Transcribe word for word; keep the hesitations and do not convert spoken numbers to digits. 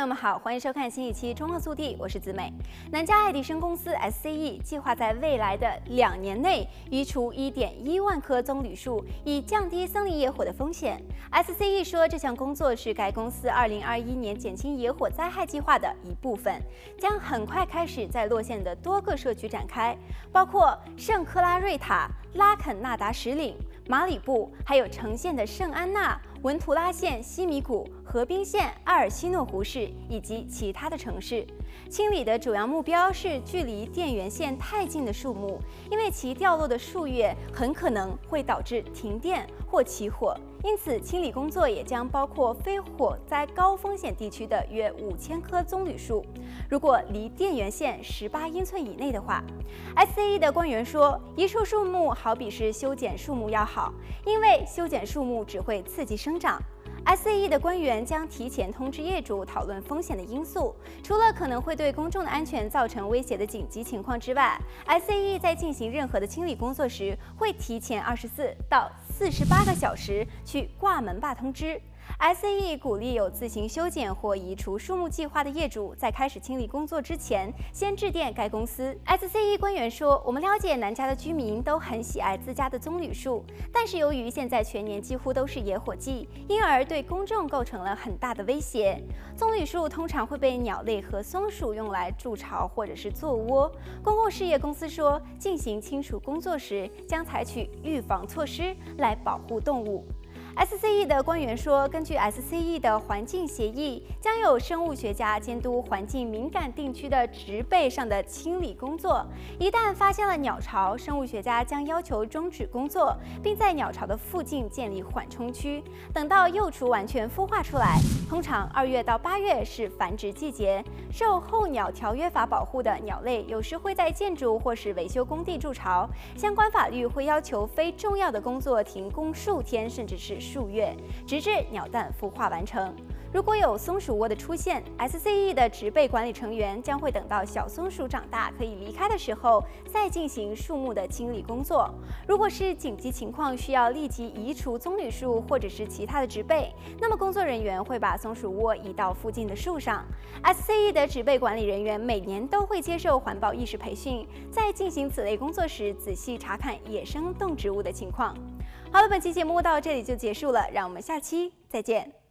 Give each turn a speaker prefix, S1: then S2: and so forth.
S1: 友们好，欢迎收看新一期《中澳速递》，我是子美。南加爱迪生公司 S C E 计划在未来的两年内移除 一点一万棵棕榈树，以降低森林野火的风险。S C E 说，这项工作是该公司二零二一年减轻野火灾害计划的一部分，将很快开始在洛县的多个社区展开，包括圣克拉瑞塔、拉肯纳达什岭、马里布，还有城县的圣安娜、文图拉县西米谷、河滨县阿尔西诺湖市以及其他的城市。清理的主要目标是距离电源线太近的树木，因为其掉落的树叶很可能会导致停电或起火。因此，清理工作也将包括非火灾高风险地区的约五千棵棕榈树。如果离电源线十八英寸以内的话 ，S C E 的官员说，移除树木好比是修剪树木要好，因为修剪树木只会刺激生长。S C E 的官员将提前通知业主讨论风险的因素，除了可能会对公众的安全造成威胁的紧急情况之外 ，S C E 在进行任何的清理工作时，会提前二十四到四十八个小时去挂门把通知。S C E 鼓励有自行修剪或移除树木计划的业主，在开始清理工作之前，先致电该公司。S C E 官员说：“我们了解南加的居民都很喜爱自家的棕榈树，但是由于现在全年几乎都是野火季，因而对公众构成了很大的威胁。棕榈树通常会被鸟类和松鼠用来筑巢或者是做窝。公共事业公司说，进行清除工作时，将采取预防措施来保护动物。” S C E 的官员说，根据 S C E 的环境协议，将有生物学家监督环境敏感地区的植被上的清理工作。一旦发现了鸟巢，生物学家将要求终止工作，并在鸟巢的附近建立缓冲区。等到幼雏完全孵化出来，通常二月到八月是繁殖季节。受候鸟条约法保护的鸟类有时会在建筑或是维修工地筑巢，相关法律会要求非重要的工作停工数天，甚至是数月，直至鸟蛋孵化完成。如果有松鼠窝的出现 ，S C E 的植被管理成员将会等到小松鼠长大可以离开的时候，再进行树木的清理工作。如果是紧急情况需要立即移除棕榈树或者是其他的植被，那么工作人员会把松鼠窝移到附近的树上。S C E 的植被管理人员每年都会接受环保意识培训，在进行此类工作时，仔细查看野生动植物的情况。好了，本期节目到这里就结束了，让我们下期再见。